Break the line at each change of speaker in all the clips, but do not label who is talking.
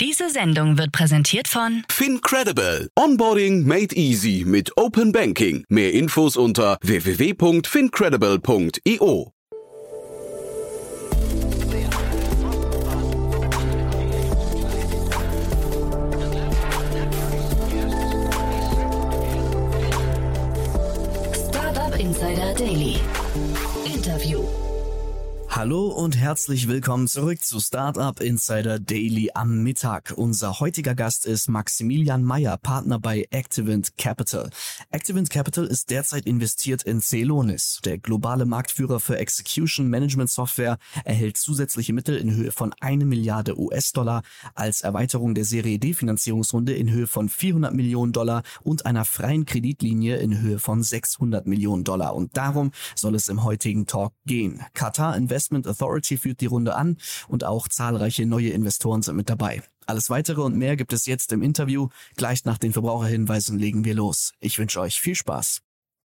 Diese Sendung wird präsentiert von
FinCredible. Onboarding made easy mit Open Banking. Mehr Infos unter www.fincredible.io.
Startup Insider Daily. Interview.
Hallo und herzlich willkommen zurück zu Startup Insider Daily am Mittag. Unser heutiger Gast ist Maximilian Meyer, Partner bei Activent Capital. Activent Capital ist derzeit investiert in Celonis. Der globale Marktführer für Execution Management Software erhält zusätzliche Mittel in Höhe von 1 Milliarde US-Dollar als Erweiterung der Serie D Finanzierungsrunde in Höhe von 400 Millionen Dollar und einer freien Kreditlinie in Höhe von 600 Millionen Dollar. Und darum soll es im heutigen Talk gehen. Qatar Investment Authority führt die Runde an und auch zahlreiche neue Investoren sind mit dabei. Alles Weitere und mehr gibt es jetzt im Interview. Gleich nach den Verbraucherhinweisen legen wir los. Ich wünsche euch viel Spaß.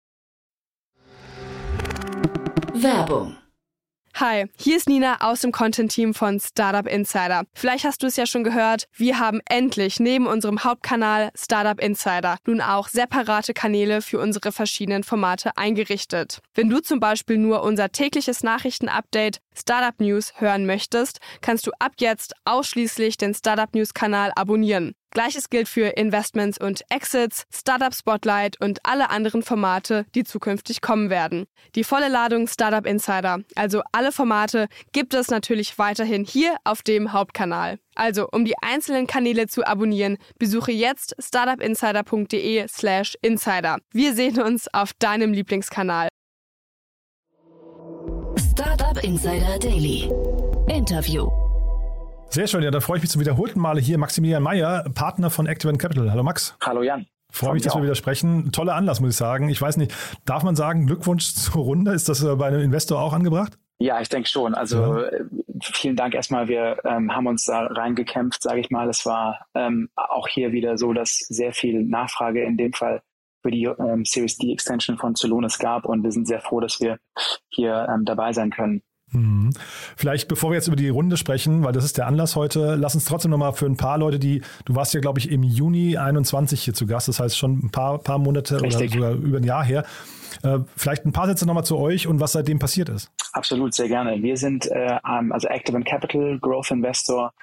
Werbung.
Hi, hier ist Nina aus dem Content-Team von Startup Insider. Vielleicht hast du es ja schon gehört, wir haben endlich neben unserem Hauptkanal Startup Insider nun auch separate Kanäle für unsere verschiedenen Formate eingerichtet. Wenn du zum Beispiel nur unser tägliches Nachrichtenupdate Startup News hören möchtest, kannst du ab jetzt ausschließlich den Startup News Kanal abonnieren. Gleiches gilt für Investments und Exits, Startup Spotlight und alle anderen Formate, die zukünftig kommen werden. Die volle Ladung Startup Insider, also alle Formate, gibt es natürlich weiterhin hier auf dem Hauptkanal. Also, um die einzelnen Kanäle zu abonnieren, besuche jetzt startupinsider.de/insider. Wir sehen uns auf deinem Lieblingskanal.
Startup Insider Daily. Interview.
Sehr schön, ja, da freue ich mich zum wiederholten Male hier. Maximilian Meyer, Partner von Activent Capital. Hallo Max.
Hallo Jan.
Freue mich, dass wir wieder sprechen. Toller Anlass, muss ich sagen. Ich weiß nicht, darf man sagen, Glückwunsch zur Runde? Ist das bei einem Investor auch angebracht?
Ja, ich denke schon. Also vielen Dank erstmal. Wir haben uns da reingekämpft, sage ich mal. Es war auch hier wieder so, dass sehr viel Nachfrage in dem Fall für die Series D Extension von Celonis gab und wir sind sehr froh, dass wir hier dabei sein können.
Vielleicht, bevor wir jetzt über die Runde sprechen, weil das ist der Anlass heute, lass uns trotzdem nochmal für ein paar Leute, du warst ja, glaube ich, im Juni 21 hier zu Gast, das heißt schon ein paar Monate
Richtig.
Oder sogar über ein Jahr her. Vielleicht ein paar Sätze nochmal zu euch und was seitdem passiert ist.
Absolut, sehr gerne. Wir sind also Activent Capital, Growth Investor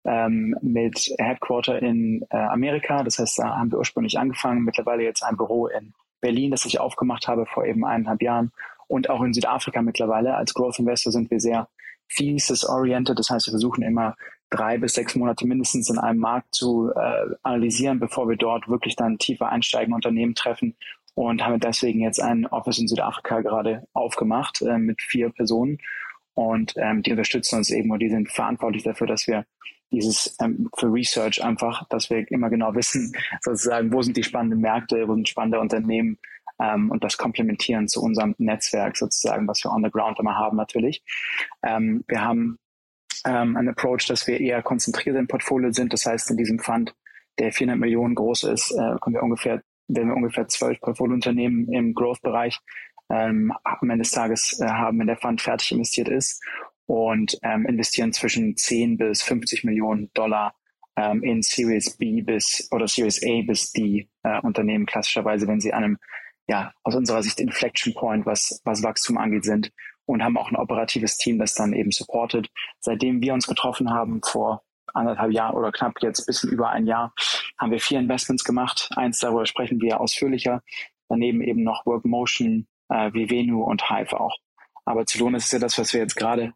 mit Headquarter in Amerika. Das heißt, da haben wir ursprünglich angefangen. Mittlerweile jetzt ein Büro in Berlin, das ich aufgemacht habe vor eben 1,5 Jahren. Und auch in Südafrika mittlerweile. Als Growth Investor sind wir sehr thesis-oriented. Das heißt, wir versuchen immer 3 bis 6 Monate mindestens in einem Markt zu analysieren, bevor wir dort wirklich dann tiefer einsteigen, Unternehmen treffen. Und haben deswegen jetzt ein Office in Südafrika gerade aufgemacht mit 4 Personen. Und die unterstützen uns eben und die sind verantwortlich dafür, dass wir dieses für Research einfach, dass wir immer genau wissen, sozusagen, wo sind die spannenden Märkte, wo sind spannende Unternehmen, und das komplementieren zu unserem Netzwerk sozusagen, was wir on the ground immer haben natürlich. Wir haben einen Approach, dass wir eher konzentriert im Portfolio sind. Das heißt, in diesem Fund, der 400 Millionen groß ist, werden wir ungefähr 12 Portfoliounternehmen im Growth-Bereich am Ende des Tages haben, wenn der Fund fertig investiert ist und investieren zwischen 10 bis 50 Millionen Dollar in Series B oder Series A bis D Unternehmen klassischerweise, wenn sie an einem aus unserer Sicht Inflection Point, was Wachstum angeht, sind und haben auch ein operatives Team, das dann eben supportet. Seitdem wir uns getroffen haben, vor 1,5 Jahren oder knapp jetzt ein bisschen über ein Jahr, haben wir 4 Investments gemacht. Eins, darüber sprechen wir ausführlicher. Daneben eben noch Workmotion, Vivenu und Hive auch. Aber Celonis ist ja das, was wir jetzt gerade,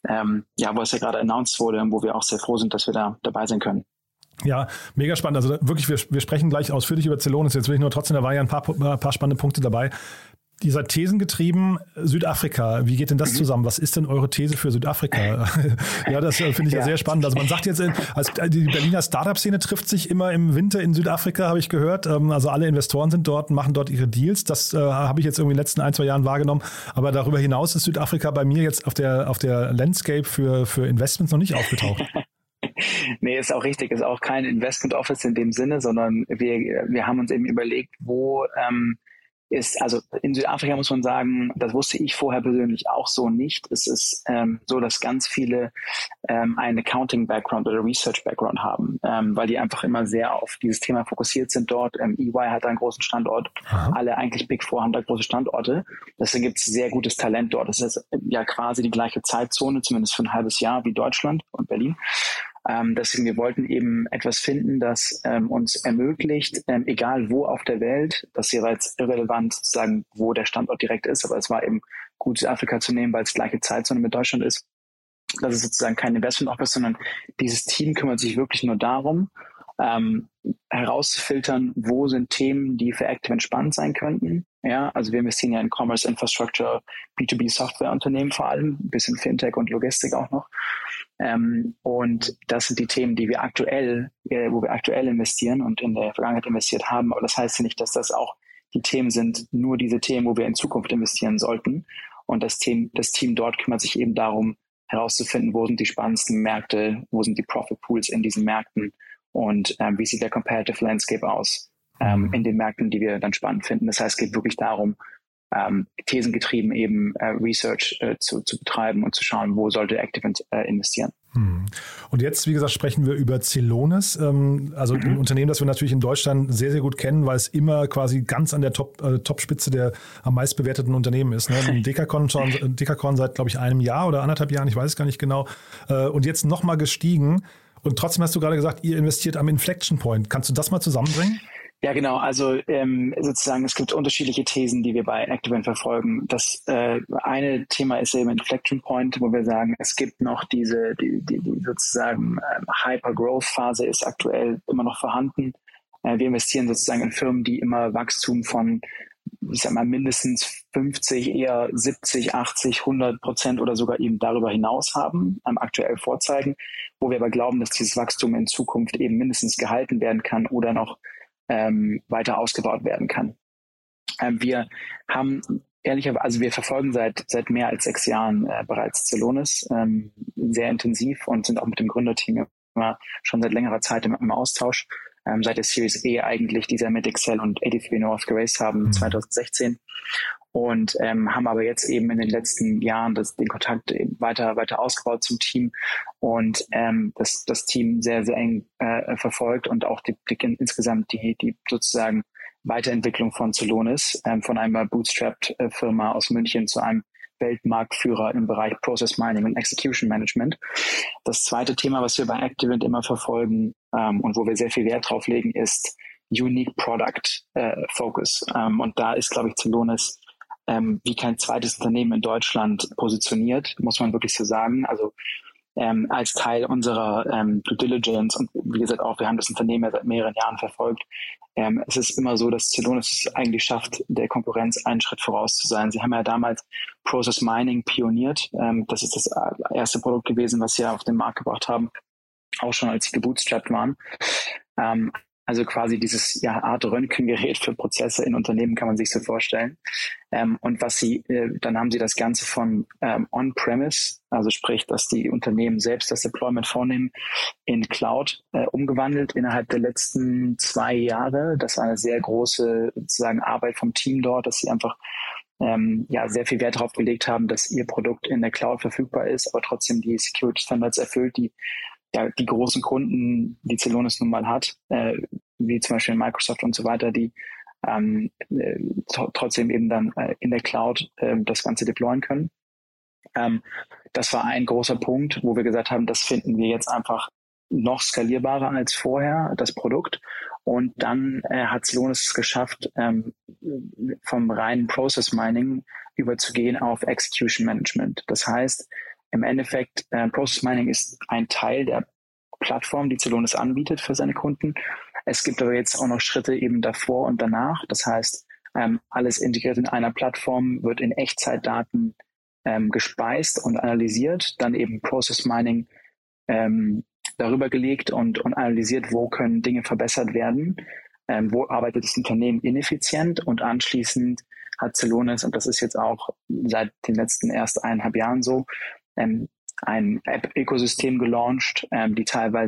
wo es ja gerade announced wurde und wo wir auch sehr froh sind, dass wir da dabei sein können.
Ja, mega spannend. Also wirklich, wir sprechen gleich ausführlich über Celonis. Jetzt will ich nur trotzdem, da waren ja ein paar spannende Punkte dabei. Ihr seid thesengetrieben, Südafrika. Wie geht denn das zusammen? Was ist denn eure These für Südafrika? Ja, das finde ich ja sehr spannend. Also man sagt jetzt, die Berliner Startup-Szene trifft sich immer im Winter in Südafrika, habe ich gehört. Also alle Investoren sind dort, machen dort ihre Deals. Das habe ich jetzt irgendwie in den letzten 1-2 Jahren wahrgenommen. Aber darüber hinaus ist Südafrika bei mir jetzt auf der Landscape für Investments noch nicht aufgetaucht.
Nee, ist auch richtig. Ist auch kein Investment Office in dem Sinne, sondern wir haben uns eben überlegt, wo ist, also in Südafrika muss man sagen, das wusste ich vorher persönlich auch so nicht. Es ist so, dass ganz viele einen Accounting-Background oder Research-Background haben, weil die einfach immer sehr auf dieses Thema fokussiert sind dort. EY hat einen großen Standort. Aha. Alle eigentlich Big Four haben da große Standorte. Deswegen gibt es sehr gutes Talent dort. Das ist ja quasi die gleiche Zeitzone, zumindest für ein halbes Jahr wie Deutschland und Berlin. Deswegen, wir wollten eben etwas finden, das uns ermöglicht, egal wo auf der Welt, das ist jeweils irrelevant sozusagen, wo der Standort direkt ist, aber es war eben gut, Südafrika zu nehmen, weil es gleiche Zeitzone mit Deutschland ist. Das ist sozusagen kein Investment Office, sondern dieses Team kümmert sich wirklich nur darum, herauszufiltern, wo sind Themen, die für Activent spannend sein könnten. Ja, also wir investieren ja in Commerce Infrastructure, B2B Softwareunternehmen vor allem, ein bisschen Fintech und Logistik auch noch. Und das sind die Themen, die wir aktuell, wo wir aktuell investieren und in der Vergangenheit investiert haben. Aber das heißt ja nicht, dass das auch die Themen sind, nur diese Themen, wo wir in Zukunft investieren sollten. Und das Team dort kümmert sich eben darum, herauszufinden, wo sind die spannendsten Märkte, wo sind die Profit Pools in diesen Märkten und wie sieht der Competitive Landscape aus in den Märkten, die wir dann spannend finden. Das heißt, es geht wirklich darum, thesengetrieben eben Research zu betreiben und zu schauen, wo sollte Activent investieren.
Und jetzt, wie gesagt, sprechen wir über Celonis, also ein Unternehmen, das wir natürlich in Deutschland sehr, sehr gut kennen, weil es immer quasi ganz an der Topspitze der am meist bewerteten Unternehmen ist. Ne? Dekacon seit, glaube ich, einem Jahr oder 1,5 Jahren, ich weiß es gar nicht genau. Und jetzt nochmal gestiegen. Und trotzdem hast du gerade gesagt, ihr investiert am Inflection Point. Kannst du das mal zusammenbringen?
Ja, genau. Also sozusagen, es gibt unterschiedliche Thesen, die wir bei Activent verfolgen. Das eine Thema ist eben Inflection Point, wo wir sagen, es gibt noch die sozusagen Hyper-Growth-Phase ist aktuell immer noch vorhanden. Wir investieren sozusagen in Firmen, die immer Wachstum von, ich sag mal, mindestens 50, eher 70, 80, 100% oder sogar eben darüber hinaus haben, aktuell vorzeigen, wo wir aber glauben, dass dieses Wachstum in Zukunft eben mindestens gehalten werden kann oder noch weiter ausgebaut werden kann. Wir haben ehrlicherweise, wir verfolgen seit mehr als 6 Jahren bereits Celonis sehr intensiv und sind auch mit dem Gründerteam immer schon seit längerer Zeit im Austausch. Seit der Series E eigentlich, die sie mit Excel und 83 North geraced haben, 2016. Und haben aber jetzt eben in den letzten Jahren den Kontakt weiter ausgebaut zum Team und das Team sehr, sehr eng verfolgt und auch insgesamt die sozusagen Weiterentwicklung von Celonis, von einer Bootstrapped-Firma aus München zu einem Weltmarktführer im Bereich Process Mining und Execution Management. Das zweite Thema, was wir bei Activent immer verfolgen und wo wir sehr viel Wert drauf legen, ist Unique Product Focus. Und da ist, glaube ich, Celonis wie kein zweites Unternehmen in Deutschland positioniert, muss man wirklich so sagen. Also als Teil unserer Due Diligence und wie gesagt auch, wir haben das Unternehmen ja seit mehreren Jahren verfolgt. Es ist immer so, dass Celonis es eigentlich schafft, der Konkurrenz einen Schritt voraus zu sein. Sie haben ja damals Process Mining pioniert. Das ist das erste Produkt gewesen, was sie auf den Markt gebracht haben, auch schon als sie gebootstrapped waren. Also quasi dieses Art Röntgengerät für Prozesse in Unternehmen kann man sich so vorstellen. Und dann haben sie das Ganze von On-Premise, also sprich, dass die Unternehmen selbst das Deployment vornehmen, in Cloud umgewandelt innerhalb der letzten 2 Jahre. Das war eine sehr große sozusagen Arbeit vom Team dort, dass sie einfach sehr viel Wert darauf gelegt haben, dass ihr Produkt in der Cloud verfügbar ist, aber trotzdem die Security Standards erfüllt, die großen Kunden, die Celonis nun mal hat, wie zum Beispiel Microsoft und so weiter, die trotzdem eben dann in der Cloud das Ganze deployen können. Das war ein großer Punkt, wo wir gesagt haben, das finden wir jetzt einfach noch skalierbarer als vorher, das Produkt. Und dann hat Celonis es geschafft, vom reinen Process Mining überzugehen auf Execution Management. Das heißt, im Endeffekt, Process Mining ist ein Teil der Plattform, die Celonis anbietet für seine Kunden. Es gibt aber jetzt auch noch Schritte eben davor und danach. Das heißt, alles integriert in einer Plattform, wird in Echtzeitdaten gespeist und analysiert, dann eben Process Mining darüber gelegt und analysiert, wo können Dinge verbessert werden, wo arbeitet das Unternehmen ineffizient und anschließend hat Celonis, und das ist jetzt auch seit den letzten erst 1,5 Jahren so, ein App-Ökosystem gelauncht, wo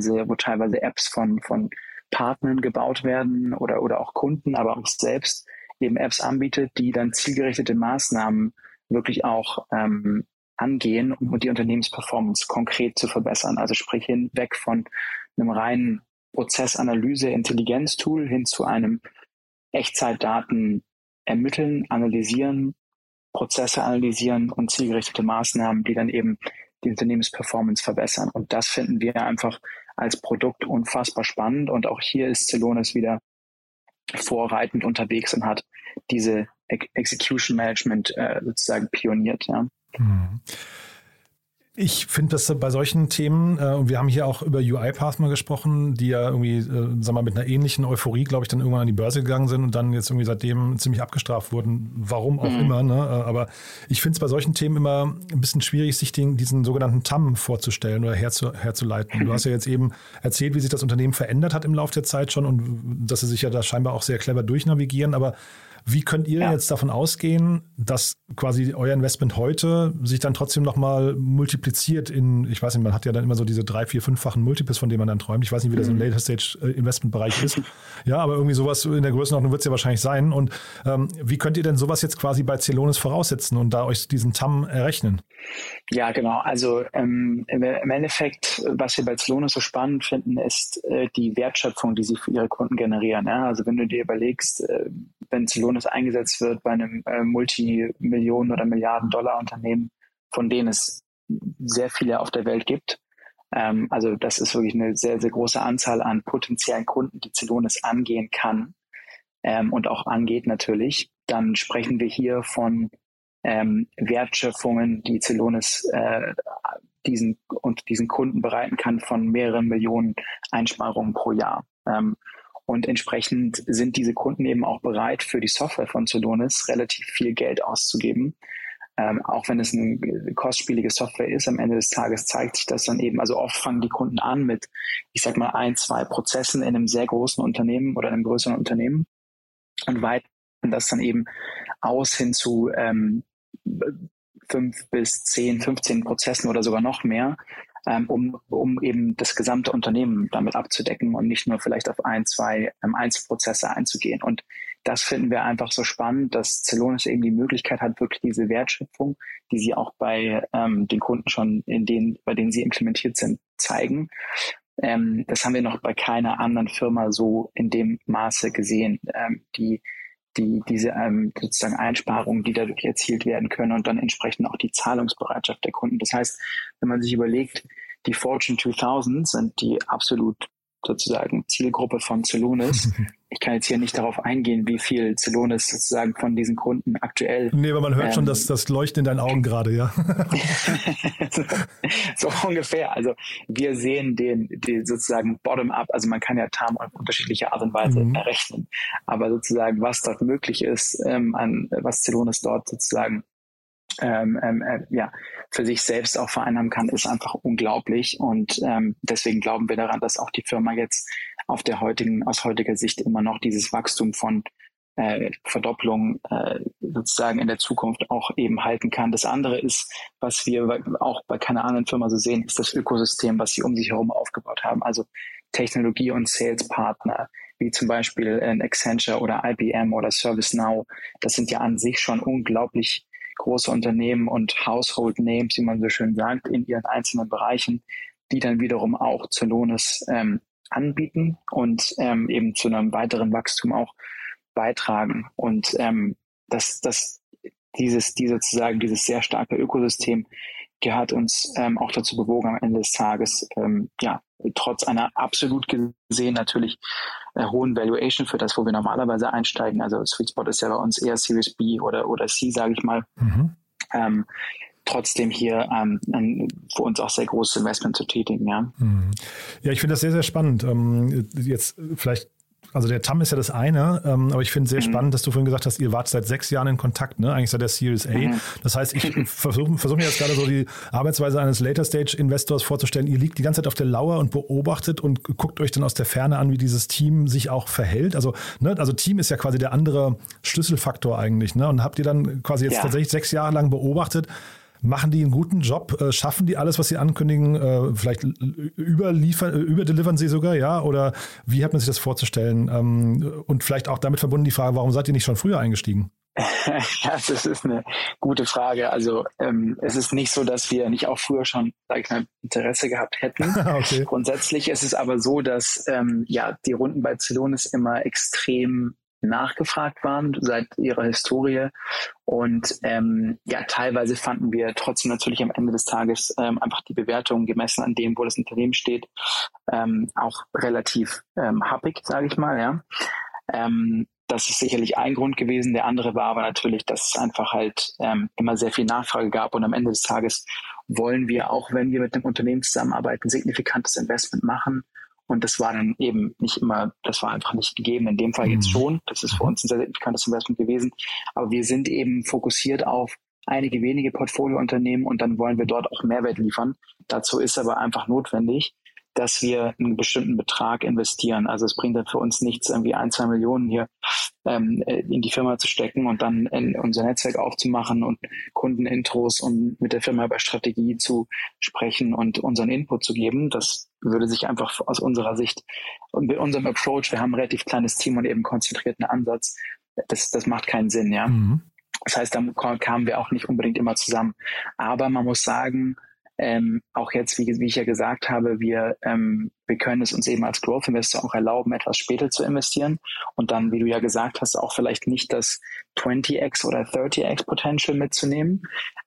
teilweise Apps von Partnern gebaut werden oder auch Kunden, aber auch selbst eben Apps anbietet, die dann zielgerichtete Maßnahmen wirklich auch angehen, um die Unternehmensperformance konkret zu verbessern. Also sprich hinweg von einem reinen Prozessanalyse, Intelligenztool hin zu einem Echtzeitdaten ermitteln, analysieren, Prozesse analysieren und zielgerichtete Maßnahmen, die dann eben die Unternehmensperformance verbessern. Und das finden wir einfach als Produkt unfassbar spannend. Und auch hier ist Celonis wieder vorreitend unterwegs und hat diese Execution Management sozusagen pioniert. Ja.
Ich finde das bei solchen Themen, und wir haben hier auch über UiPath mal gesprochen, die ja irgendwie, mit einer ähnlichen Euphorie, glaube ich, dann irgendwann an die Börse gegangen sind und dann jetzt irgendwie seitdem ziemlich abgestraft wurden, warum auch immer. Ne? Aber ich finde es bei solchen Themen immer ein bisschen schwierig, sich diesen sogenannten TAM vorzustellen oder herzuleiten. Du hast ja jetzt eben erzählt, wie sich das Unternehmen verändert hat im Laufe der Zeit schon und dass sie sich ja da scheinbar auch sehr clever durchnavigieren, aber wie könnt ihr jetzt davon ausgehen, dass quasi euer Investment heute sich dann trotzdem nochmal multipliziert ich weiß nicht, man hat ja dann immer so diese 3-, 4-, 5-fachen Multiples, von denen man dann träumt. Ich weiß nicht, wie das im Later-Stage-Investment-Bereich ist. Ja, aber irgendwie sowas in der Größenordnung wird es ja wahrscheinlich sein. Und wie könnt ihr denn sowas jetzt quasi bei Celonis voraussetzen und da euch diesen TAM errechnen?
Ja, genau. Also im Endeffekt, was wir bei Celonis so spannend finden, ist die Wertschöpfung, die sie für ihre Kunden generieren. Ja? Also wenn du dir überlegst, wenn Celonis eingesetzt wird bei einem Multimillionen- oder Milliarden-Dollar-Unternehmen, von denen es sehr viele auf der Welt gibt. Also das ist wirklich eine sehr, sehr große Anzahl an potenziellen Kunden, die Celonis angehen kann und auch angeht natürlich. Dann sprechen wir hier von Wertschöpfungen, die Celonis diesen Kunden bereiten kann von mehreren Millionen Einsparungen pro Jahr. Und entsprechend sind diese Kunden eben auch bereit, für die Software von Celonis relativ viel Geld auszugeben. Auch wenn es eine kostspielige Software ist, am Ende des Tages zeigt sich das dann eben, also oft fangen die Kunden an mit, 1-2 Prozessen in einem sehr großen Unternehmen oder einem größeren Unternehmen und weiten das dann eben aus hin zu 5 bis 10, 15 Prozessen oder sogar noch mehr, um eben das gesamte Unternehmen damit abzudecken und nicht nur vielleicht auf 1-2 Einzelprozesse einzugehen. Und das finden wir einfach so spannend, dass Celonis eben die Möglichkeit hat, wirklich diese Wertschöpfung, die sie auch bei den Kunden schon, bei denen sie implementiert sind, zeigen. Das haben wir noch bei keiner anderen Firma so in dem Maße gesehen, diese sozusagen Einsparungen, die dadurch erzielt werden können und dann entsprechend auch die Zahlungsbereitschaft der Kunden. Das heißt, wenn man sich überlegt, die Fortune 2000 sind die absolut sozusagen Zielgruppe von Celonis. Ich kann jetzt hier nicht darauf eingehen, wie viel Celonis sozusagen von diesen Kunden aktuell...
Nee, aber man hört schon das Leuchten in deinen Augen gerade, ja.
so ungefähr. Also wir sehen den sozusagen bottom-up, also man kann ja TAM auf unterschiedliche Art und Weise errechnen, aber sozusagen, was dort möglich ist, was Celonis dort sozusagen für sich selbst auch vereinnahmen kann, ist einfach unglaublich und deswegen glauben wir daran, dass auch die Firma jetzt aus heutiger Sicht immer noch dieses Wachstum von Verdopplung sozusagen in der Zukunft auch eben halten kann. Das andere ist, was wir auch bei keiner anderen Firma so sehen, ist das Ökosystem, was sie um sich herum aufgebaut haben. Also Technologie- und Sales-Partner, wie zum Beispiel Accenture oder IBM oder ServiceNow. Das sind ja an sich schon unglaublich große Unternehmen und Household Names, wie man so schön sagt, in ihren einzelnen Bereichen, die dann wiederum auch Celonis anbieten und eben zu einem weiteren Wachstum auch beitragen. Und dieses sehr starke Ökosystem hat uns auch dazu bewogen, am Ende des Tages trotz einer absolut gesehen natürlich hohen Valuation für das, wo wir normalerweise einsteigen. Also Sweet Spot ist ja bei uns eher Series B oder C, sage ich mal. Trotzdem hier für uns auch sehr großes Investment zu tätigen. Ja,
ja, ich finde das sehr, sehr spannend. Jetzt vielleicht, also der TAM ist ja das eine, aber ich finde es sehr spannend, dass du vorhin gesagt hast, ihr wart seit 6 Jahren in Kontakt, ne? Eigentlich seit der Series A. Das heißt, ich versuche mir jetzt gerade so die Arbeitsweise eines Later-Stage-Investors vorzustellen. Ihr liegt die ganze Zeit auf der Lauer und beobachtet und guckt euch dann aus der Ferne an, wie dieses Team sich auch verhält. Also Team ist ja quasi der andere Schlüsselfaktor eigentlich. Ne? Und habt ihr dann quasi jetzt tatsächlich 6 Jahre lang beobachtet, Machen die einen guten Job? Schaffen die alles, was sie ankündigen? Vielleicht überdelivern sie sogar, ja? Oder wie hat man sich das vorzustellen? Und vielleicht auch damit verbunden die Frage, warum seid ihr nicht schon früher eingestiegen?
Ja, das ist eine gute Frage. Also es ist nicht so, dass wir nicht auch früher schon, sag ich mal, Interesse gehabt hätten.
Okay.
Grundsätzlich ist es aber so, dass die Runden bei Celonis immer extrem nachgefragt waren seit ihrer Historie und teilweise fanden wir trotzdem natürlich am Ende des Tages einfach die Bewertung gemessen an dem, wo das Unternehmen steht, auch relativ happig, sage ich mal, ja. Das ist sicherlich ein Grund gewesen. Der andere war aber natürlich, dass es einfach halt immer sehr viel Nachfrage gab und am Ende des Tages wollen wir, auch wenn wir mit dem Unternehmen zusammenarbeiten, ein signifikantes Investment machen. Und das war dann eben nicht immer, das war einfach nicht gegeben. In dem Fall jetzt schon. Das ist für uns ein sehr signifikantes Investment gewesen. Aber wir sind eben fokussiert auf einige wenige Portfoliounternehmen und dann wollen wir dort auch Mehrwert liefern. Dazu ist aber einfach notwendig, dass wir einen bestimmten Betrag investieren. Also es bringt dann für uns nichts, irgendwie 1-2 Millionen hier in die Firma zu stecken und dann in unser Netzwerk aufzumachen und Kundenintros und mit der Firma über Strategie zu sprechen und unseren Input zu geben. Das würde sich einfach aus unserer Sicht und mit unserem Approach, wir haben ein relativ kleines Team und eben einen konzentrierten Ansatz, das macht keinen Sinn, ja. Das heißt, da kamen wir auch nicht unbedingt immer zusammen. Aber man muss sagen, auch jetzt, wie ich ja gesagt habe, wir können es uns eben als Growth Investor auch erlauben, etwas später zu investieren und dann, wie du ja gesagt hast, auch vielleicht nicht das 20x oder 30x Potential mitzunehmen,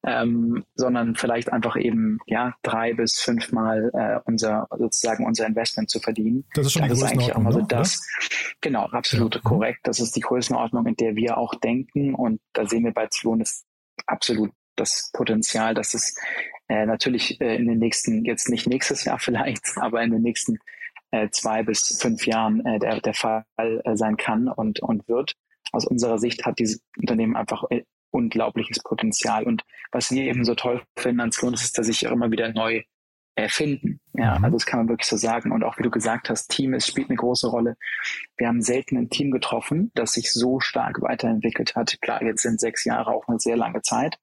sondern vielleicht einfach eben 3 bis 5 Mal unser Investment zu verdienen.
Das ist schon die Größenordnung,
also das, genau, absolut korrekt. Das ist die Größenordnung, in der wir auch denken und da sehen wir bei Celonis absolut das Potenzial, dass es natürlich in den nächsten, jetzt nicht nächstes Jahr vielleicht, aber in den nächsten 2 bis 5 Jahren der Fall sein kann und wird. Aus unserer Sicht hat dieses Unternehmen einfach unglaubliches Potenzial. Und was wir eben so toll finden an Celonis ist, dass sich auch immer wieder neu erfinden. Ja, also das kann man wirklich so sagen. Und auch wie du gesagt hast, Team spielt eine große Rolle. Wir haben selten ein Team getroffen, das sich so stark weiterentwickelt hat. Klar, jetzt sind 6 Jahre auch eine sehr lange Zeit.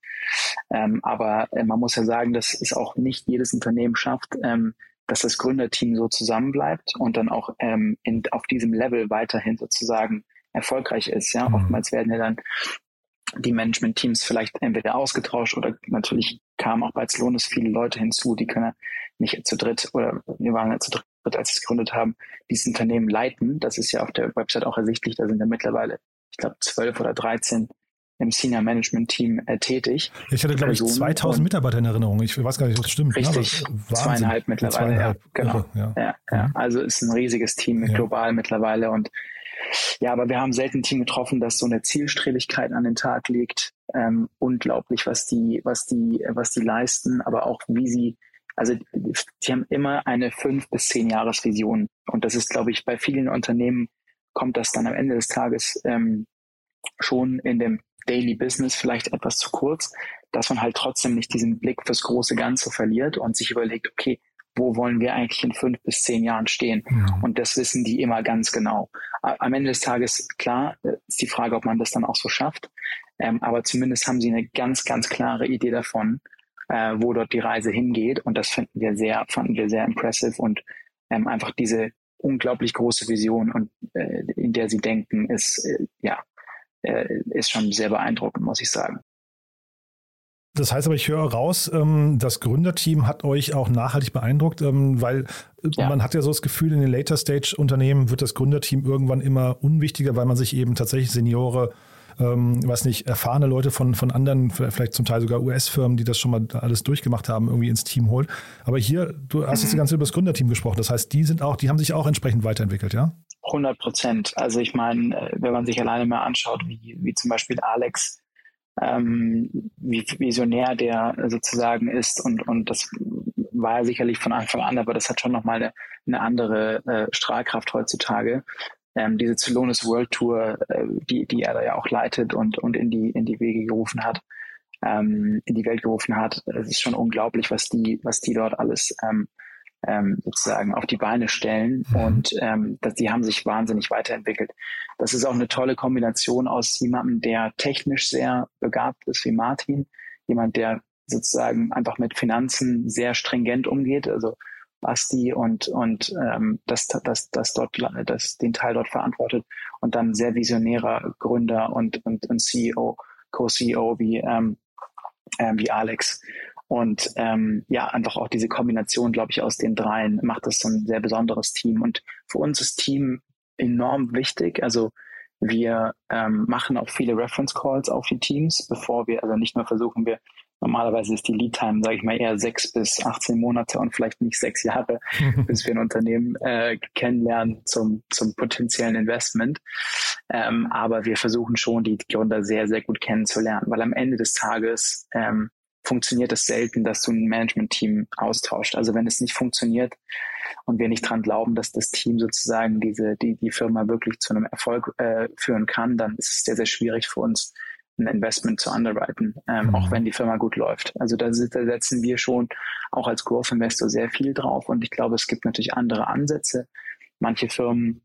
Aber man muss ja sagen, dass es auch nicht jedes Unternehmen schafft, dass das Gründerteam so zusammenbleibt und dann auch auf diesem Level weiterhin sozusagen erfolgreich ist. Ja, oftmals werden ja dann die Management-Teams vielleicht entweder ausgetauscht oder natürlich kamen auch bei Celonis viele Leute hinzu, die können nicht zu dritt oder wir waren ja zu dritt, als sie es gegründet haben, dieses Unternehmen leiten. Das ist ja auf der Website auch ersichtlich. Da sind ja mittlerweile, ich glaube, 12 oder 13 im Senior Management Team tätig.
Ich hatte, glaube ich, 2000 Mitarbeiter in Erinnerung. Ich weiß gar nicht, ob das stimmt.
Richtig,
ja,
2,5 mittlerweile. 2,5, ja, genau.
Irre,
ja. Also ist ein riesiges Team global mittlerweile und ja, aber wir haben selten ein Team getroffen, das so eine Zielstrebigkeit an den Tag legt. Unglaublich, was die leisten, aber auch wie sie haben immer eine 5 bis 10 Jahresvision. Und das ist, glaube ich, bei vielen Unternehmen kommt das dann am Ende des Tages schon in dem Daily Business vielleicht etwas zu kurz, dass man halt trotzdem nicht diesen Blick fürs große Ganze verliert und sich überlegt, okay, wo wollen wir eigentlich in 5 bis 10 Jahren stehen? Und das wissen die immer ganz genau. Am Ende des Tages, klar, ist die Frage, ob man das dann auch so schafft. Aber zumindest haben sie eine ganz, ganz klare Idee davon, wo dort die Reise hingeht. Und das fanden wir sehr impressive und einfach diese unglaublich große Vision und in der sie denken, ist schon sehr beeindruckend, muss ich sagen.
Das heißt aber, ich höre raus, das Gründerteam hat euch auch nachhaltig beeindruckt, weil man hat ja so das Gefühl, in den Later-Stage-Unternehmen wird das Gründerteam irgendwann immer unwichtiger, weil man sich eben tatsächlich Seniore, erfahrene Leute von anderen, vielleicht zum Teil sogar US-Firmen, die das schon mal alles durchgemacht haben, irgendwie ins Team holt. Aber hier, du hast jetzt die ganze Zeit über das Gründerteam gesprochen. Das heißt, die haben sich auch entsprechend weiterentwickelt, ja?
100%. Also ich meine, wenn man sich alleine mal anschaut, wie zum Beispiel Alex, wie visionär der sozusagen ist und das war ja sicherlich von Anfang an, aber das hat schon nochmal eine andere Strahlkraft heutzutage. Diese Celonis World Tour, die er da ja auch leitet und in die Wege gerufen hat, in die Welt gerufen hat, es ist schon unglaublich, was die dort alles sozusagen auf die Beine stellen und die haben sich wahnsinnig weiterentwickelt. Das ist auch eine tolle Kombination aus jemandem, der technisch sehr begabt ist wie Martin, jemand, der sozusagen einfach mit Finanzen sehr stringent umgeht, also Basti und das den Teil dort verantwortet und dann sehr visionärer Gründer und CEO, Co-CEO wie Alex. Und einfach auch diese Kombination, glaube ich, aus den dreien macht das so ein sehr besonderes Team. Und für uns ist Team enorm wichtig. Also wir machen auch viele Reference Calls auf die Teams, bevor wir, also nicht nur versuchen wir, normalerweise ist die Lead Time, sage ich mal, eher 6 bis 18 Monate und vielleicht nicht 6 Jahre, bis wir ein Unternehmen kennenlernen zum potenziellen Investment. Aber wir versuchen schon, die Gründer sehr, sehr gut kennenzulernen, weil am Ende des Tages funktioniert es selten, dass du ein Management-Team austauscht. Also wenn es nicht funktioniert und wir nicht dran glauben, dass das Team sozusagen die Firma wirklich zu einem Erfolg führen kann, dann ist es sehr, sehr schwierig für uns, ein Investment zu underwriten, auch wenn die Firma gut läuft. Also da setzen wir schon auch als Growth Investor sehr viel drauf und ich glaube, es gibt natürlich andere Ansätze. Manche Firmen,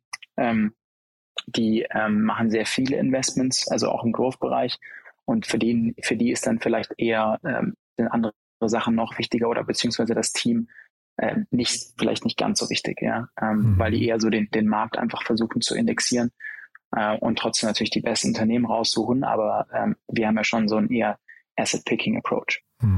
die machen sehr viele Investments, also auch im Growth-Bereich und für die ist dann vielleicht eher andere Sachen noch wichtiger oder beziehungsweise das Team vielleicht nicht ganz so wichtig, weil die eher so den Markt einfach versuchen zu indexieren und trotzdem natürlich die besten Unternehmen raussuchen, aber wir haben ja schon so einen eher Asset-Picking-Approach.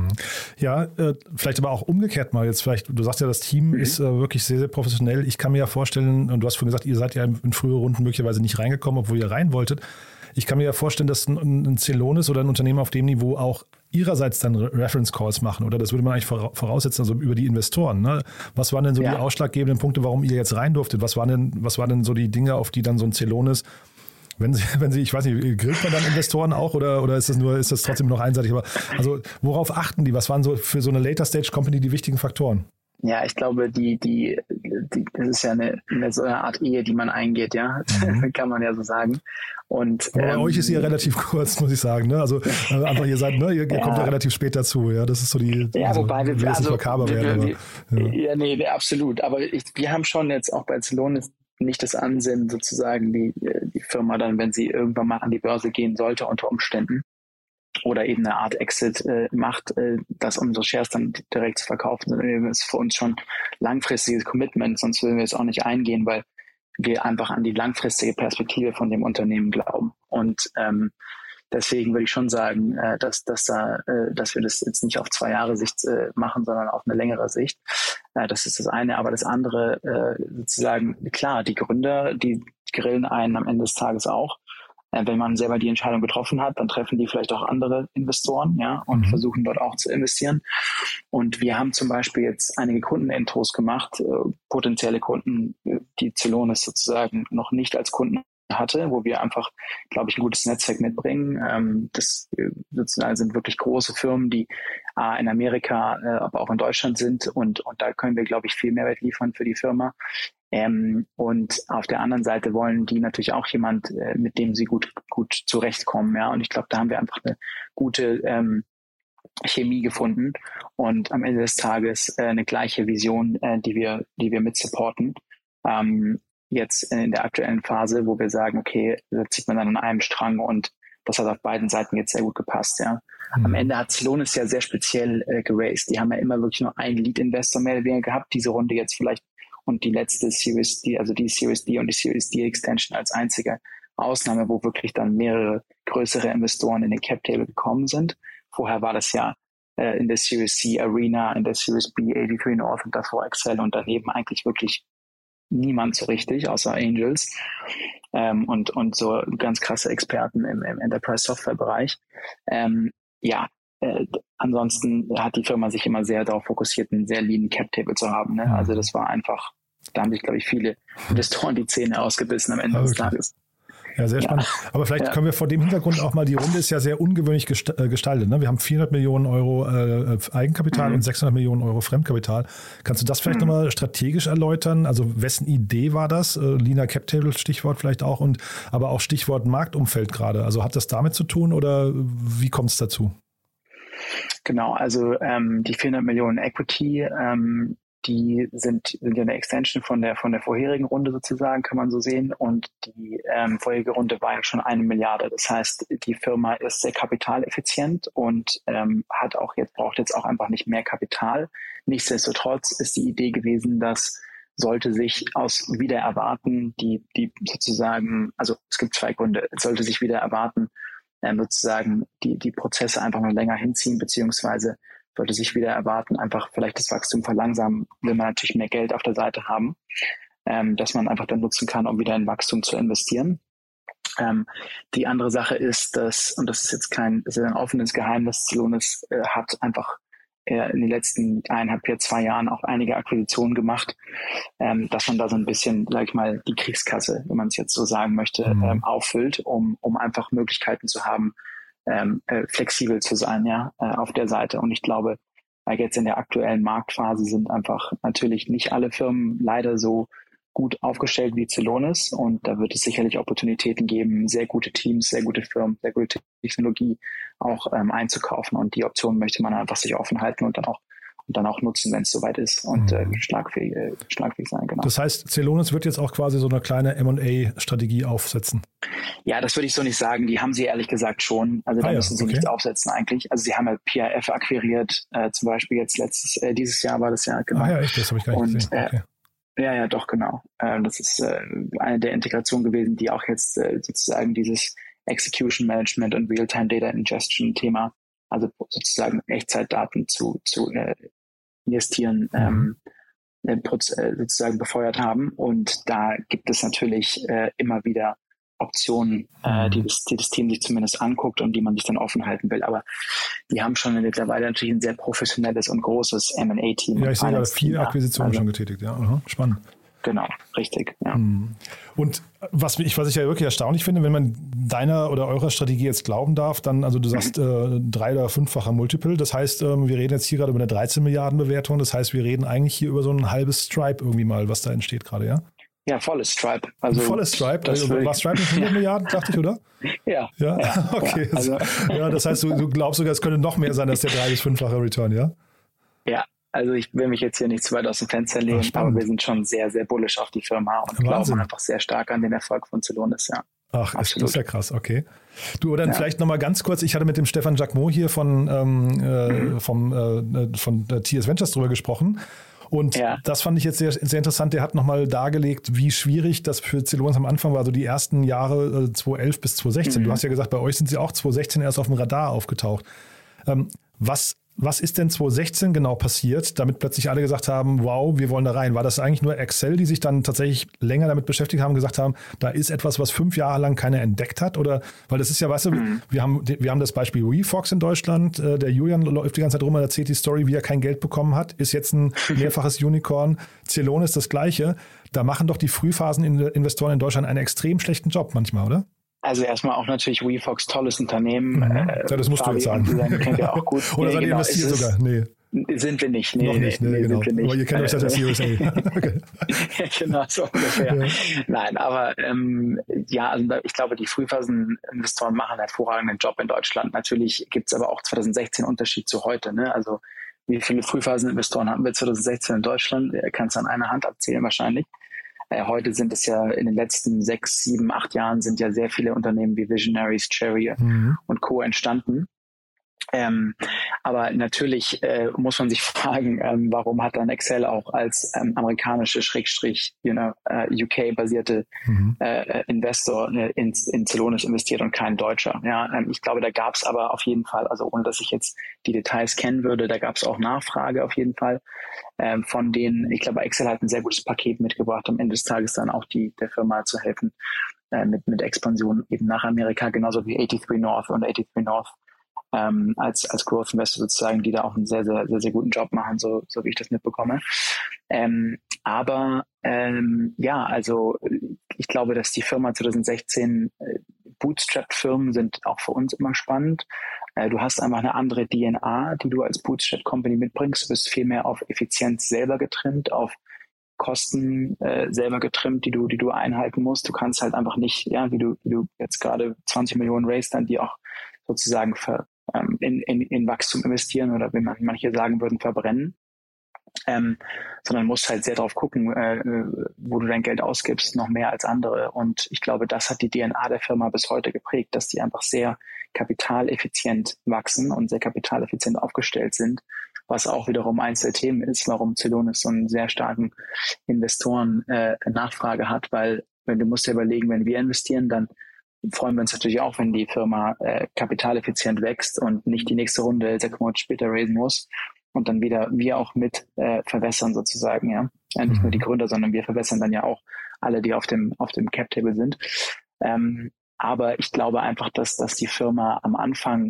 Ja, vielleicht aber auch umgekehrt mal jetzt vielleicht, du sagst ja, das Team ist wirklich sehr, sehr professionell. Ich kann mir ja vorstellen, und du hast vorhin gesagt, ihr seid ja in frühere Runden möglicherweise nicht reingekommen, obwohl ihr rein wolltet. Ich kann mir ja vorstellen, dass ein Celonis oder ein Unternehmen auf dem Niveau auch ihrerseits dann Reference Calls machen, oder das würde man eigentlich voraussetzen, also über die Investoren. Ne? Was waren denn so die ausschlaggebenden Punkte, warum ihr jetzt rein durftet? Was waren denn so die Dinge, auf die dann so ein Celonis, wenn sie, ich weiß nicht, grillt man dann Investoren auch oder ist das trotzdem noch einseitig? Aber also worauf achten die? Was waren so für so eine Later Stage Company die wichtigen Faktoren?
Ja, ich glaube, das ist ja so eine Art Ehe, die man eingeht, ja, kann man ja so sagen. Und
bei euch ist sie ja relativ kurz, muss ich sagen, ne? Also einfach ihr seid, ne, ihr kommt ja relativ spät dazu, ja, das ist so die. Ja, also, wobei wir nicht makaber werden.
Nee, absolut. Aber wir haben schon jetzt auch bei Celonis nicht das Ansinnen, sozusagen die Firma dann, wenn sie irgendwann mal an die Börse gehen sollte, unter Umständen, oder eben eine Art Exit macht, das unsere Shares dann direkt zu verkaufen. Das ist für uns schon langfristiges Commitment, sonst würden wir es auch nicht eingehen, weil wir einfach an die langfristige Perspektive von dem Unternehmen glauben. Und deswegen würde ich schon sagen, dass wir das jetzt nicht auf 2 Jahre Sicht machen, sondern auf eine längere Sicht. Das ist das eine. Aber das andere, sozusagen, klar, die Gründer, die grillen einen am Ende des Tages auch. Wenn man selber die Entscheidung getroffen hat, dann treffen die vielleicht auch andere Investoren, ja, und versuchen dort auch zu investieren. Und wir haben zum Beispiel jetzt einige Kundenintros gemacht, potenzielle Kunden, die Celonis sozusagen noch nicht als Kunden hatte, wo wir einfach, glaube ich, ein gutes Netzwerk mitbringen. Das sozusagen sind wirklich große Firmen, die in Amerika, aber auch in Deutschland sind und da können wir, glaube ich, viel Mehrwert liefern für die Firma. Und auf der anderen Seite wollen die natürlich auch jemand, mit dem sie gut zurechtkommen, ja. Und ich glaube, da haben wir einfach eine gute Chemie gefunden und am Ende des Tages eine gleiche Vision, die wir mit supporten. Jetzt in der aktuellen Phase, wo wir sagen, okay, da zieht man dann an einem Strang und das hat auf beiden Seiten jetzt sehr gut gepasst, ja. Am Ende hat Celonis ja sehr speziell geraced. Die haben ja immer wirklich nur einen Lead-Investor mehr oder weniger gehabt, diese Runde jetzt vielleicht und die letzte Series D, also die Series D und die Series D Extension als einzige Ausnahme, wo wirklich dann mehrere größere Investoren in den Cap-Table gekommen sind. Vorher war das ja in der Series C Arena, in der Series B 83 North und davor Excel und daneben eigentlich wirklich niemand so richtig, außer Angels und so ganz krasse Experten im Enterprise-Software-Bereich. Ansonsten hat die Firma sich immer sehr darauf fokussiert, einen sehr lean Cap-Table zu haben. Ne? Also das war einfach, da haben sich, glaube ich, viele Investoren die Zähne ausgebissen am Ende des Tages.
Ja, sehr spannend. Aber vielleicht können wir vor dem Hintergrund auch mal, die Runde ist ja sehr ungewöhnlich gestaltet. Ne? Wir haben 400 Millionen Euro Eigenkapital und 600 Millionen Euro Fremdkapital. Kannst du das vielleicht nochmal strategisch erläutern? Also wessen Idee war das? Leaner Cap Table Stichwort vielleicht auch, aber auch Stichwort Marktumfeld gerade. Also hat das damit zu tun oder wie kommt es dazu?
Genau, also die 400 Millionen Equity, die sind ja eine Extension von der vorherigen Runde sozusagen, kann man so sehen. Und die vorherige Runde war ja schon 1 Milliarde. Das heißt, die Firma ist sehr kapitaleffizient und braucht jetzt auch einfach nicht mehr Kapital. Nichtsdestotrotz ist die Idee gewesen, dass sollte sich aus Wiedererwarten die sozusagen, also es gibt 2 Gründe, es sollte sich wieder erwarten, sozusagen die Prozesse einfach noch länger hinziehen, beziehungsweise sollte sich wieder erwarten, einfach vielleicht das Wachstum verlangsamen, will man natürlich mehr Geld auf der Seite haben, dass man einfach dann nutzen kann, um wieder in Wachstum zu investieren. Die andere Sache ist, und das ist jetzt das ist ein offenes Geheimnis, Celonis hat einfach in den letzten 2 Jahren auch einige Akquisitionen gemacht, dass man da so ein bisschen, sag ich mal, die Kriegskasse, wenn man es jetzt so sagen möchte, auffüllt, um einfach Möglichkeiten zu haben, flexibel zu sein, auf der Seite. Und ich glaube, jetzt in der aktuellen Marktphase sind einfach natürlich nicht alle Firmen leider so gut aufgestellt wie Celonis, und da wird es sicherlich Opportunitäten geben, sehr gute Teams, sehr gute Firmen, sehr gute Technologie auch einzukaufen, und die Option möchte man einfach sich offen halten und dann auch nutzen, wenn es soweit ist, und schlagfähig sein, genau.
Das heißt, Celonis wird jetzt auch quasi so eine kleine M&A-Strategie aufsetzen? Ja,
das würde ich so nicht sagen. Die haben sie ehrlich gesagt schon. Also da müssen sie nichts aufsetzen eigentlich. Also sie haben ja PIF akquiriert, zum Beispiel jetzt dieses Jahr war das ja, genau.
Ah ja, echt? Das habe ich gar nicht gesehen. Okay.
Ja, doch, genau. Das ist eine der Integrationen gewesen, die auch jetzt sozusagen dieses Execution Management und Real-Time Data Ingestion Thema, also sozusagen Echtzeitdaten zu investieren, sozusagen befeuert haben. Und da gibt es natürlich immer wieder Optionen, die das Team sich zumindest anguckt und die man sich dann offen halten will. Aber die haben schon mittlerweile natürlich ein sehr professionelles und großes M&A-Team.
Ja, ich sehe gerade 4 Akquisitionen schon getätigt. Ja, spannend.
Genau, richtig. Ja.
Und was ich ja wirklich erstaunlich finde, wenn man deiner oder eurer Strategie jetzt glauben darf, dann, also du sagst 3- oder 5-facher Multiple. Das heißt, wir reden jetzt hier gerade über eine 13 Milliarden Bewertung. Das heißt, wir reden eigentlich hier über so ein halbes Stripe irgendwie mal, was da entsteht gerade, ja?
Ja, volles Stripe. Also
volles Stripe? Also war Stripe mit 100 Milliarden, dachte ich, oder?
Ja.
Okay. Ja, das heißt, du glaubst sogar, es könnte noch mehr sein als der 3- bis 5-fache Return, ja?
Ja, also ich will mich jetzt hier nicht zu weit aus dem Fenster lehnen, aber wir sind schon sehr, sehr bullish auf die Firma und glauben einfach sehr stark an den Erfolg von Celonis, ja.
Ach, das ist ja krass, okay. Du, dann vielleicht nochmal ganz kurz, ich hatte mit dem Stefan Jacquemot hier von TS Ventures drüber gesprochen. Und das fand ich jetzt sehr, sehr interessant. Der hat nochmal dargelegt, wie schwierig das für Celonis am Anfang war, so die ersten Jahre 2011 bis 2016. Du hast ja gesagt, bei euch sind sie auch 2016 erst auf dem Radar aufgetaucht. Was ist denn 2016 genau passiert, damit plötzlich alle gesagt haben, wow, wir wollen da rein? War das eigentlich nur Excel, die sich dann tatsächlich länger damit beschäftigt haben, gesagt haben, da ist etwas, was 5 Jahre lang keiner entdeckt hat? Oder, weil das ist ja, weißt du, wir haben das Beispiel WeFox in Deutschland, der Julian läuft die ganze Zeit rum und erzählt die Story, wie er kein Geld bekommen hat, ist jetzt ein mehrfaches Unicorn. Celonis ist das Gleiche. Da machen doch die Frühphasen-Investoren in Deutschland einen extrem schlechten Job manchmal, oder?
Also erstmal auch natürlich WeFox, tolles Unternehmen.
Ja, das musst du jetzt sagen.
Kennt ihr auch gut.
Oder seid ihr investiert sogar? Nee.
Sind wir nicht.
Noch nicht, genau. Sind wir nicht. Aber ihr kennt euch das als USA. Okay.
Genau, so ungefähr. Ja. Nein, aber also ich glaube, die Frühphasen-Investoren machen einen hervorragenden Job in Deutschland. Natürlich gibt es aber auch 2016 Unterschied zu heute. Ne? Also wie viele Frühphasen-Investoren hatten wir 2016 in Deutschland? Kannst du an einer Hand abzählen wahrscheinlich. Heute sind es ja in den letzten 6, 7, 8 Jahren sind ja sehr viele Unternehmen wie Visionaries, Cherry und Co. entstanden. Aber natürlich muss man sich fragen, warum hat dann Excel auch als amerikanische UK-basierte Investor in Celonis investiert und kein Deutscher. Ja, ich glaube, da gab es aber auf jeden Fall, also ohne dass ich jetzt die Details kennen würde, da gab es auch Nachfrage auf jeden Fall von denen. Ich glaube, Excel hat ein sehr gutes Paket mitgebracht, am Ende des Tages dann auch der Firma zu helfen mit Expansion eben nach Amerika, genauso wie 83 North und 83 North. Als Growth Investor sozusagen, die da auch einen sehr, sehr, sehr, sehr guten Job machen, so wie ich das mitbekomme. Also ich glaube, dass die Firma 2016 Bootstrap-Firmen sind auch für uns immer spannend. Du hast einfach eine andere DNA, die du als Bootstrap-Company mitbringst. Du bist viel mehr auf Effizienz selber getrimmt, auf Kosten selber getrimmt, die du einhalten musst. Du kannst halt einfach nicht, wie du jetzt gerade 20 Millionen raised, dann die auch sozusagen in Wachstum investieren oder wie manche sagen würden, verbrennen. sondern musst halt sehr drauf gucken, wo du dein Geld ausgibst, noch mehr als andere. Und ich glaube, das hat die DNA der Firma bis heute geprägt, dass die einfach sehr kapitaleffizient wachsen und sehr kapitaleffizient aufgestellt sind, was auch wiederum eins der Themen ist, warum Celonis so einen sehr starken Investoren-Nachfrage hat, weil du musst dir überlegen, wenn wir investieren, dann freuen wir uns natürlich auch, wenn die Firma kapitaleffizient wächst und nicht die nächste Runde 6 Monate später raisen muss und dann wieder wir auch mit verwässern sozusagen, ja. Nicht nur die Gründer, sondern wir verwässern dann ja auch alle, die auf dem Cap-Table sind. Aber ich glaube einfach, dass die Firma am Anfang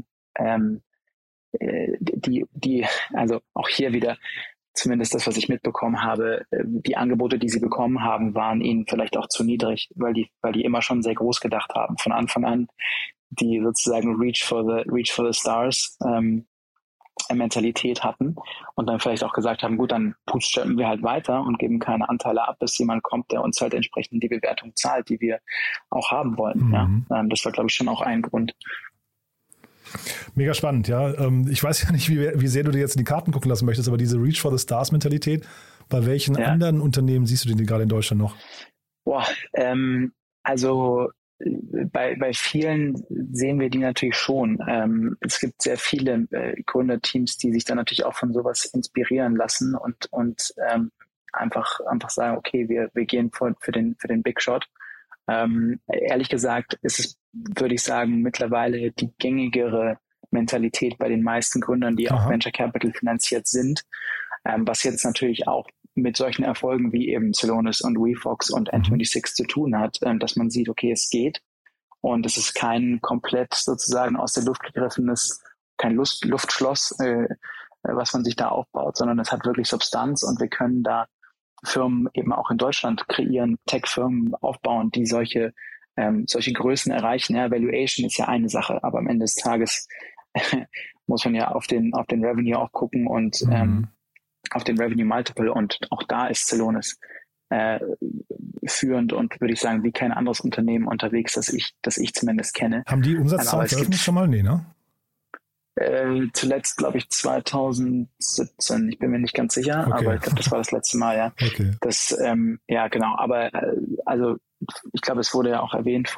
also auch hier wieder, zumindest das, was ich mitbekommen habe, die Angebote, die sie bekommen haben, waren ihnen vielleicht auch zu niedrig, weil die immer schon sehr groß gedacht haben. Von Anfang an die sozusagen Reach for the Stars Mentalität hatten und dann vielleicht auch gesagt haben, gut, dann bootstrappen wir halt weiter und geben keine Anteile ab, bis jemand kommt, der uns halt entsprechend die Bewertung zahlt, die wir auch haben wollen. Ja. Das war, glaube ich, schon auch ein Grund.
Mega spannend, ja. Ich weiß ja nicht, wie sehr du dir jetzt in die Karten gucken lassen möchtest, aber diese Reach for the Stars Mentalität, bei welchen anderen Unternehmen siehst du die gerade in Deutschland noch?
Also bei vielen sehen wir die natürlich schon. Es gibt sehr viele Gründerteams, die sich dann natürlich auch von sowas inspirieren lassen und einfach sagen, okay, wir gehen für den Big Shot. Ehrlich gesagt ist es, würde ich sagen, mittlerweile die gängigere Mentalität bei den meisten Gründern, die auch Venture Capital finanziert sind, was jetzt natürlich auch mit solchen Erfolgen wie eben Celonis und WeFox und N26 zu tun hat, dass man sieht, okay, es geht und es ist kein komplett sozusagen aus der Luft gegriffenes, kein Luftschloss, was man sich da aufbaut, sondern es hat wirklich Substanz und wir können da Firmen eben auch in Deutschland kreieren, Tech-Firmen aufbauen, die solche Größen erreichen. Ja, Valuation ist ja eine Sache, aber am Ende des Tages muss man ja auf den Revenue auch gucken und auf den Revenue Multiple und auch da ist Celonis führend und würde ich sagen, wie kein anderes Unternehmen unterwegs, das ich zumindest kenne.
Haben die Umsatzzahlen veröffentlicht schon mal? Nee, ne?
Zuletzt, glaube ich, 2017. Ich bin mir nicht ganz sicher, aber ich glaube, das war das letzte Mal, ja. Okay. Das, ja, genau. Aber also ich glaube, es wurde ja auch erwähnt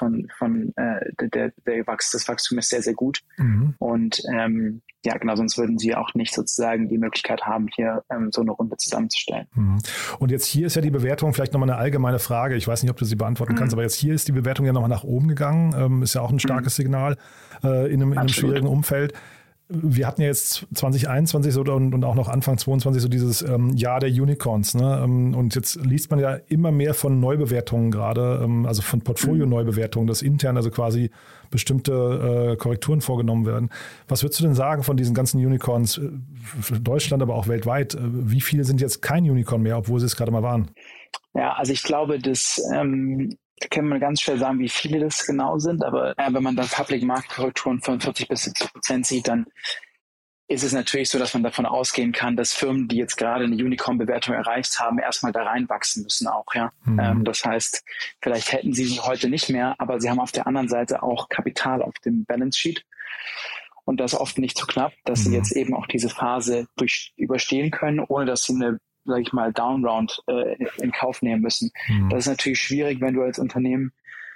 das Wachstum ist sehr, sehr gut. Und ja, genau, sonst würden sie auch nicht sozusagen die Möglichkeit haben, hier so eine Runde zusammenzustellen.
Und jetzt hier ist ja die Bewertung, vielleicht nochmal eine allgemeine Frage, ich weiß nicht, ob du sie beantworten kannst, aber jetzt hier ist die Bewertung ja nochmal nach oben gegangen, ist ja auch ein starkes Signal in einem schwierigen Umfeld. Wir hatten ja jetzt 2021 so und auch noch Anfang 2022 so dieses Jahr der Unicorns. Ne? Und jetzt liest man ja immer mehr von Neubewertungen gerade, also von Portfolio-Neubewertungen, dass intern also quasi bestimmte Korrekturen vorgenommen werden. Was würdest du denn sagen von diesen ganzen Unicorns für Deutschland, aber auch weltweit? Wie viele sind jetzt kein Unicorn mehr, obwohl sie es gerade mal waren?
Ja, also ich glaube, das kann man ganz schwer sagen, wie viele das genau sind, aber wenn man dann Public-Markt-Korrekturen von 40-70% sieht, dann ist es natürlich so, dass man davon ausgehen kann, dass Firmen, die jetzt gerade eine Unicorn-Bewertung erreicht haben, erstmal da reinwachsen müssen auch. Ja. Das heißt, vielleicht hätten sie heute nicht mehr, aber sie haben auf der anderen Seite auch Kapital auf dem Balance Sheet. Und das oft nicht so knapp, dass sie jetzt eben auch diese Phase überstehen können, ohne dass sie eine, sage ich mal, Downround in Kauf nehmen müssen. Das ist natürlich schwierig, wenn du als Unternehmen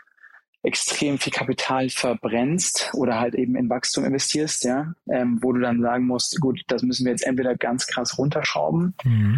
extrem viel Kapital verbrennst oder halt eben in Wachstum investierst, ja, wo du dann sagen musst, gut, das müssen wir jetzt entweder ganz krass runterschrauben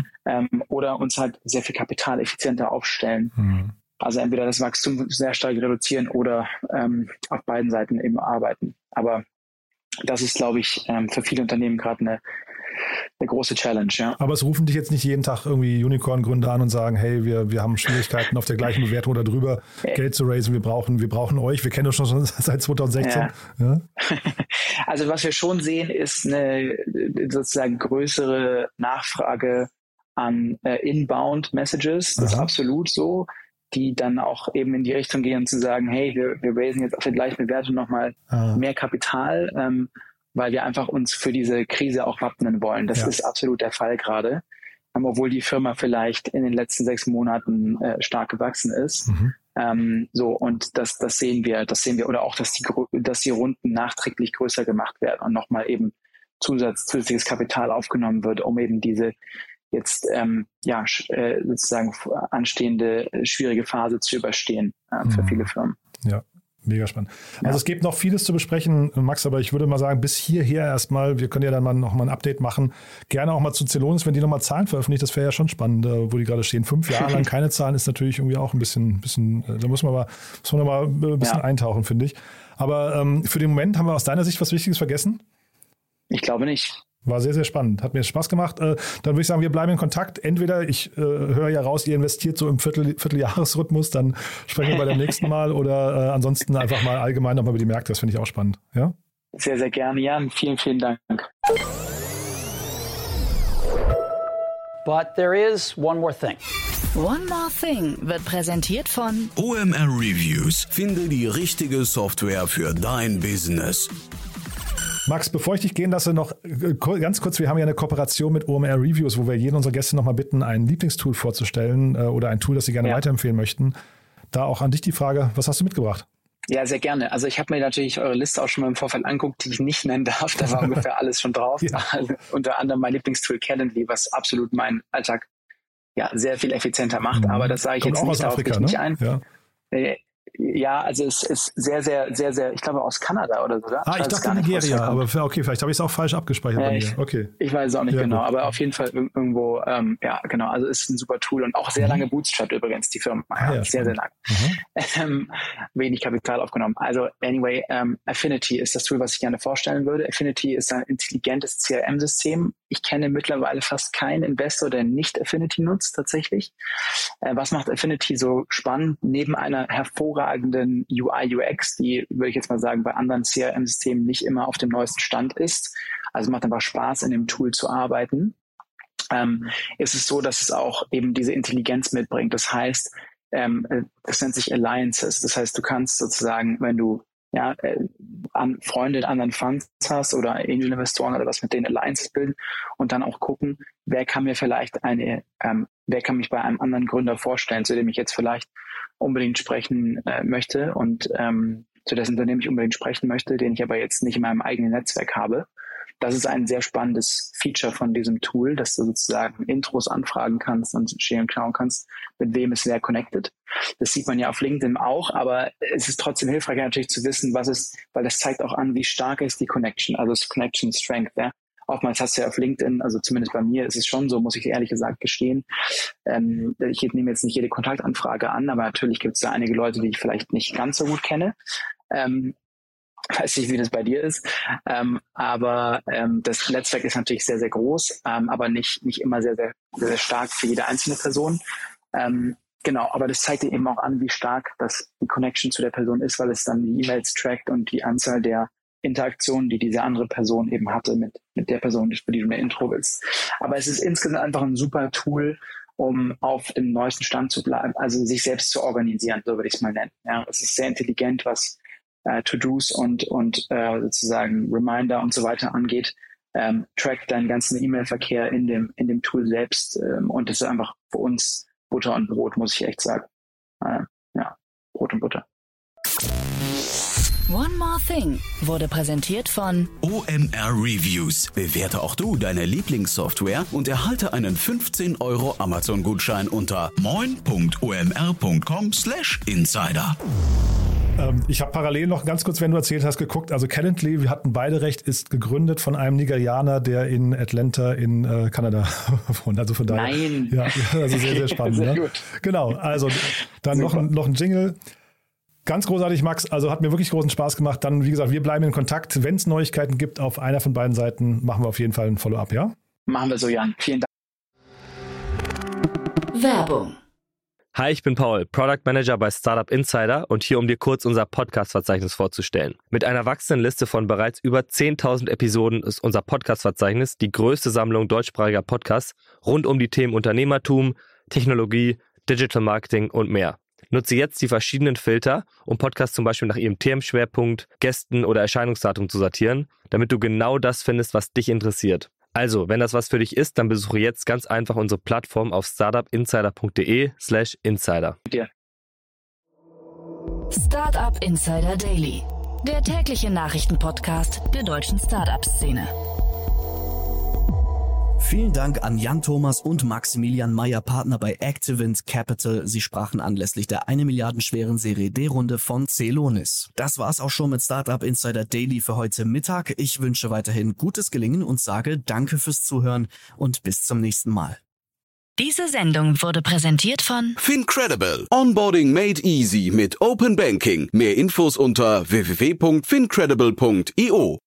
oder uns halt sehr viel Kapital effizienter aufstellen. Also entweder das Wachstum sehr stark reduzieren oder auf beiden Seiten eben arbeiten. Aber das ist, glaube ich, für viele Unternehmen gerade eine große Challenge, ja.
Aber es rufen dich jetzt nicht jeden Tag irgendwie Unicorn-Gründer an und sagen, hey, wir haben Schwierigkeiten auf der gleichen Bewertung oder drüber Geld zu raisen, wir brauchen euch, wir kennen uns schon seit 2016. Ja.
Also was wir schon sehen, ist eine sozusagen größere Nachfrage an Inbound-Messages, das ist absolut so, die dann auch eben in die Richtung gehen zu sagen, hey, wir raisen jetzt auf der gleichen Bewertung nochmal mehr Kapital, weil wir einfach uns für diese Krise auch wappnen wollen. Das ist absolut der Fall gerade, obwohl die Firma vielleicht in den letzten 6 Monaten stark gewachsen ist. So, und das sehen wir, oder auch, dass die Runden nachträglich größer gemacht werden und nochmal eben zusätzliches Kapital aufgenommen wird, um eben diese jetzt sozusagen anstehende schwierige Phase zu überstehen für viele Firmen.
Ja. Mega spannend. Also es gibt noch vieles zu besprechen, Max, aber ich würde mal sagen, bis hierher erstmal, wir können ja dann noch mal ein Update machen. Gerne auch mal zu Celonis, wenn die nochmal Zahlen veröffentlicht, das wäre ja schon spannend, wo die gerade stehen. 5 Jahre lang keine Zahlen ist natürlich irgendwie auch ein bisschen da muss man mal ein bisschen eintauchen, finde ich. Aber für den Moment haben wir aus deiner Sicht was Wichtiges vergessen?
Ich glaube nicht.
War sehr, sehr spannend. Hat mir Spaß gemacht. Dann würde ich sagen, wir bleiben in Kontakt. Entweder ich höre ja raus, ihr investiert so im Vierteljahresrhythmus, dann sprechen wir bei dem nächsten Mal oder ansonsten einfach mal allgemein nochmal über die Märkte. Das finde ich auch spannend. Ja?
Sehr, sehr gerne, Jan. Vielen, vielen Dank.
But there is one more thing.
One More Thing wird präsentiert von
OMR Reviews. Finde die richtige Software für dein Business.
Max, bevor ich dich gehen lasse, noch ganz kurz, wir haben ja eine Kooperation mit OMR Reviews, wo wir jeden unserer Gäste nochmal bitten, ein Lieblingstool vorzustellen oder ein Tool, das sie gerne weiterempfehlen möchten. Da auch an dich die Frage, was hast du mitgebracht?
Ja, sehr gerne. Also ich habe mir natürlich eure Liste auch schon mal im Vorfeld angeguckt, die ich nicht nennen darf. Da war ungefähr alles schon drauf. Ja. Also, unter anderem mein Lieblingstool Calendly, was absolut meinen Alltag sehr viel effizienter macht. Aber das sage ich jetzt nicht, darauf gehe ich nicht ein. Ja. Ja, also es ist sehr, sehr, sehr, sehr, ich glaube aus Kanada oder so, oder?
Ich dachte Nigeria, aber okay, vielleicht habe ich es auch falsch abgespeichert bei mir. Okay.
Ich weiß es auch nicht genau, aber auf jeden Fall irgendwo, genau, also es ist ein super Tool und auch sehr lange bootstrapped übrigens, die Firma. Sehr, sehr lang. Wenig Kapital aufgenommen. Also anyway, Affinity ist das Tool, was ich gerne vorstellen würde. Affinity ist ein intelligentes CRM-System. Ich kenne mittlerweile fast keinen Investor, der nicht Affinity nutzt, tatsächlich. Was macht Affinity so spannend? Neben einer hervorragenden UI, UX, die, würde ich jetzt mal sagen, bei anderen CRM-Systemen nicht immer auf dem neuesten Stand ist. Also macht einfach Spaß, in dem Tool zu arbeiten. Ist es so, dass es auch eben diese Intelligenz mitbringt. Das heißt, das nennt sich Alliances. Das heißt, du kannst sozusagen, wenn du an Freunde in anderen Funds hast oder Angel-Investoren oder was, mit denen Alliances bilden und dann auch gucken, wer kann mich bei einem anderen Gründer vorstellen, zu dem ich jetzt vielleicht unbedingt sprechen möchte und zu dessen Unternehmen ich unbedingt sprechen möchte, den ich aber jetzt nicht in meinem eigenen Netzwerk habe. Das ist ein sehr spannendes Feature von diesem Tool, dass du sozusagen Intros anfragen kannst und schön schauen kannst, mit wem ist wer connected. Das sieht man ja auf LinkedIn auch, aber es ist trotzdem hilfreich natürlich zu wissen, weil das zeigt auch an, wie stark ist die Connection, also das Connection Strength. Ja? Oftmals hast du ja auf LinkedIn, also zumindest bei mir ist es schon so, muss ich ehrlich gesagt gestehen. Ich nehme jetzt nicht jede Kontaktanfrage an, aber natürlich gibt es da einige Leute, die ich vielleicht nicht ganz so gut kenne. Weiß nicht, wie das bei dir ist, aber das Netzwerk ist natürlich sehr, sehr groß, aber nicht immer sehr, sehr, sehr stark für jede einzelne Person. Genau, aber das zeigt dir eben auch an, wie stark das die Connection zu der Person ist, weil es dann die E-Mails trackt und die Anzahl der Interaktionen, die diese andere Person eben hatte mit der Person, für die du eine Intro willst. Aber es ist insgesamt einfach ein super Tool, um auf dem neuesten Stand zu bleiben, also sich selbst zu organisieren, so würde ich es mal nennen. Ja, es ist sehr intelligent, was To-Dos und sozusagen Reminder und so weiter angeht, trackt deinen ganzen E-Mail-Verkehr in dem Tool selbst und das ist einfach für uns Butter und Brot, muss ich echt sagen. Brot und Butter.
One More Thing wurde präsentiert von
OMR Reviews. Bewerte auch du deine Lieblingssoftware und erhalte einen 15 € Amazon-Gutschein unter moin.omr.com/insider.
Ich habe parallel noch ganz kurz, wenn du erzählt hast, geguckt. Also Calendly, wir hatten beide recht, ist gegründet von einem Nigerianer, der in Atlanta in Kanada wohnt. Also von daher.
Nein.
Ja, also sehr, sehr spannend.
Sehr
gut. Genau, also dann noch ein Jingle. Ganz großartig, Max. Also hat mir wirklich großen Spaß gemacht. Dann, wie gesagt, wir bleiben in Kontakt. Wenn es Neuigkeiten gibt auf einer von beiden Seiten, machen wir auf jeden Fall ein Follow-up, ja?
Machen wir so, Jan. Vielen Dank.
Werbung.
Hi, ich bin Paul, Product Manager bei Startup Insider und hier, um dir kurz unser Podcast-Verzeichnis vorzustellen. Mit einer wachsenden Liste von bereits über 10.000 Episoden ist unser Podcast-Verzeichnis die größte Sammlung deutschsprachiger Podcasts rund um die Themen Unternehmertum, Technologie, Digital Marketing und mehr. Nutze jetzt die verschiedenen Filter, um Podcasts zum Beispiel nach ihrem Themenschwerpunkt, Gästen oder Erscheinungsdatum zu sortieren, damit du genau das findest, was dich interessiert. Also, wenn das was für dich ist, dann besuche jetzt ganz einfach unsere Plattform auf startupinsider.de/insider.
Startup Insider Daily, der tägliche Nachrichtenpodcast der deutschen Startup-Szene.
Vielen Dank an Jan Thomas und Maximilian Mayer, Partner bei Activent Capital. Sie sprachen anlässlich der 1 Milliarden schweren Serie D-Runde von Celonis. Das war's auch schon mit Startup Insider Daily für heute Mittag. Ich wünsche weiterhin gutes Gelingen und sage Danke fürs Zuhören und bis zum nächsten Mal.
Diese Sendung wurde präsentiert von
FinCredible. Onboarding made easy mit Open Banking. Mehr Infos unter www.fincredible.io.